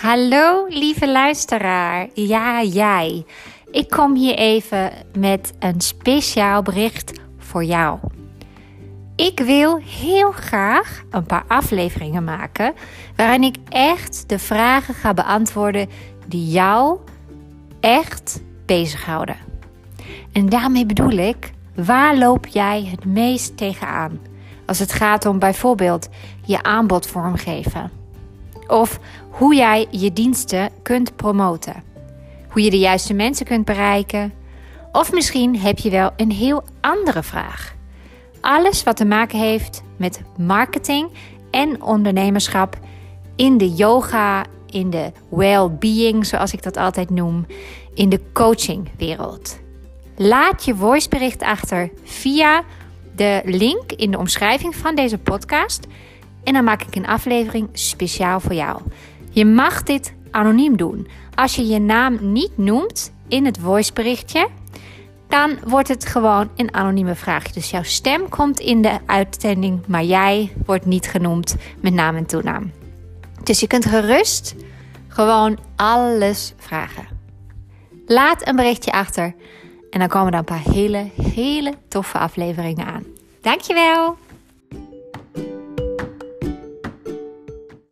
Hallo lieve luisteraar, ja jij. Ik kom hier even met een speciaal bericht voor jou. Ik wil heel graag een paar afleveringen maken waarin ik echt de vragen ga beantwoorden die jou echt bezighouden. En daarmee bedoel ik, waar loop jij het meest tegenaan? Als het gaat om bijvoorbeeld je aanbod vormgeven. Of hoe jij je diensten kunt promoten. Hoe je de juiste mensen kunt bereiken. Of misschien heb je wel een heel andere vraag. Alles wat te maken heeft met marketing en ondernemerschap in de yoga, in de well-being zoals ik dat altijd noem, in de coachingwereld. Laat je voicebericht achter via de link in de omschrijving van deze podcast. En dan maak ik een aflevering speciaal voor jou. Je mag dit anoniem doen. Als je je naam niet noemt in het voiceberichtje, dan wordt het gewoon een anonieme vraag. Dus jouw stem komt in de uitzending, maar jij wordt niet genoemd met naam en toenaam. Dus je kunt gerust gewoon alles vragen. Laat een berichtje achter en dan komen er een paar hele toffe afleveringen aan. Dankjewel!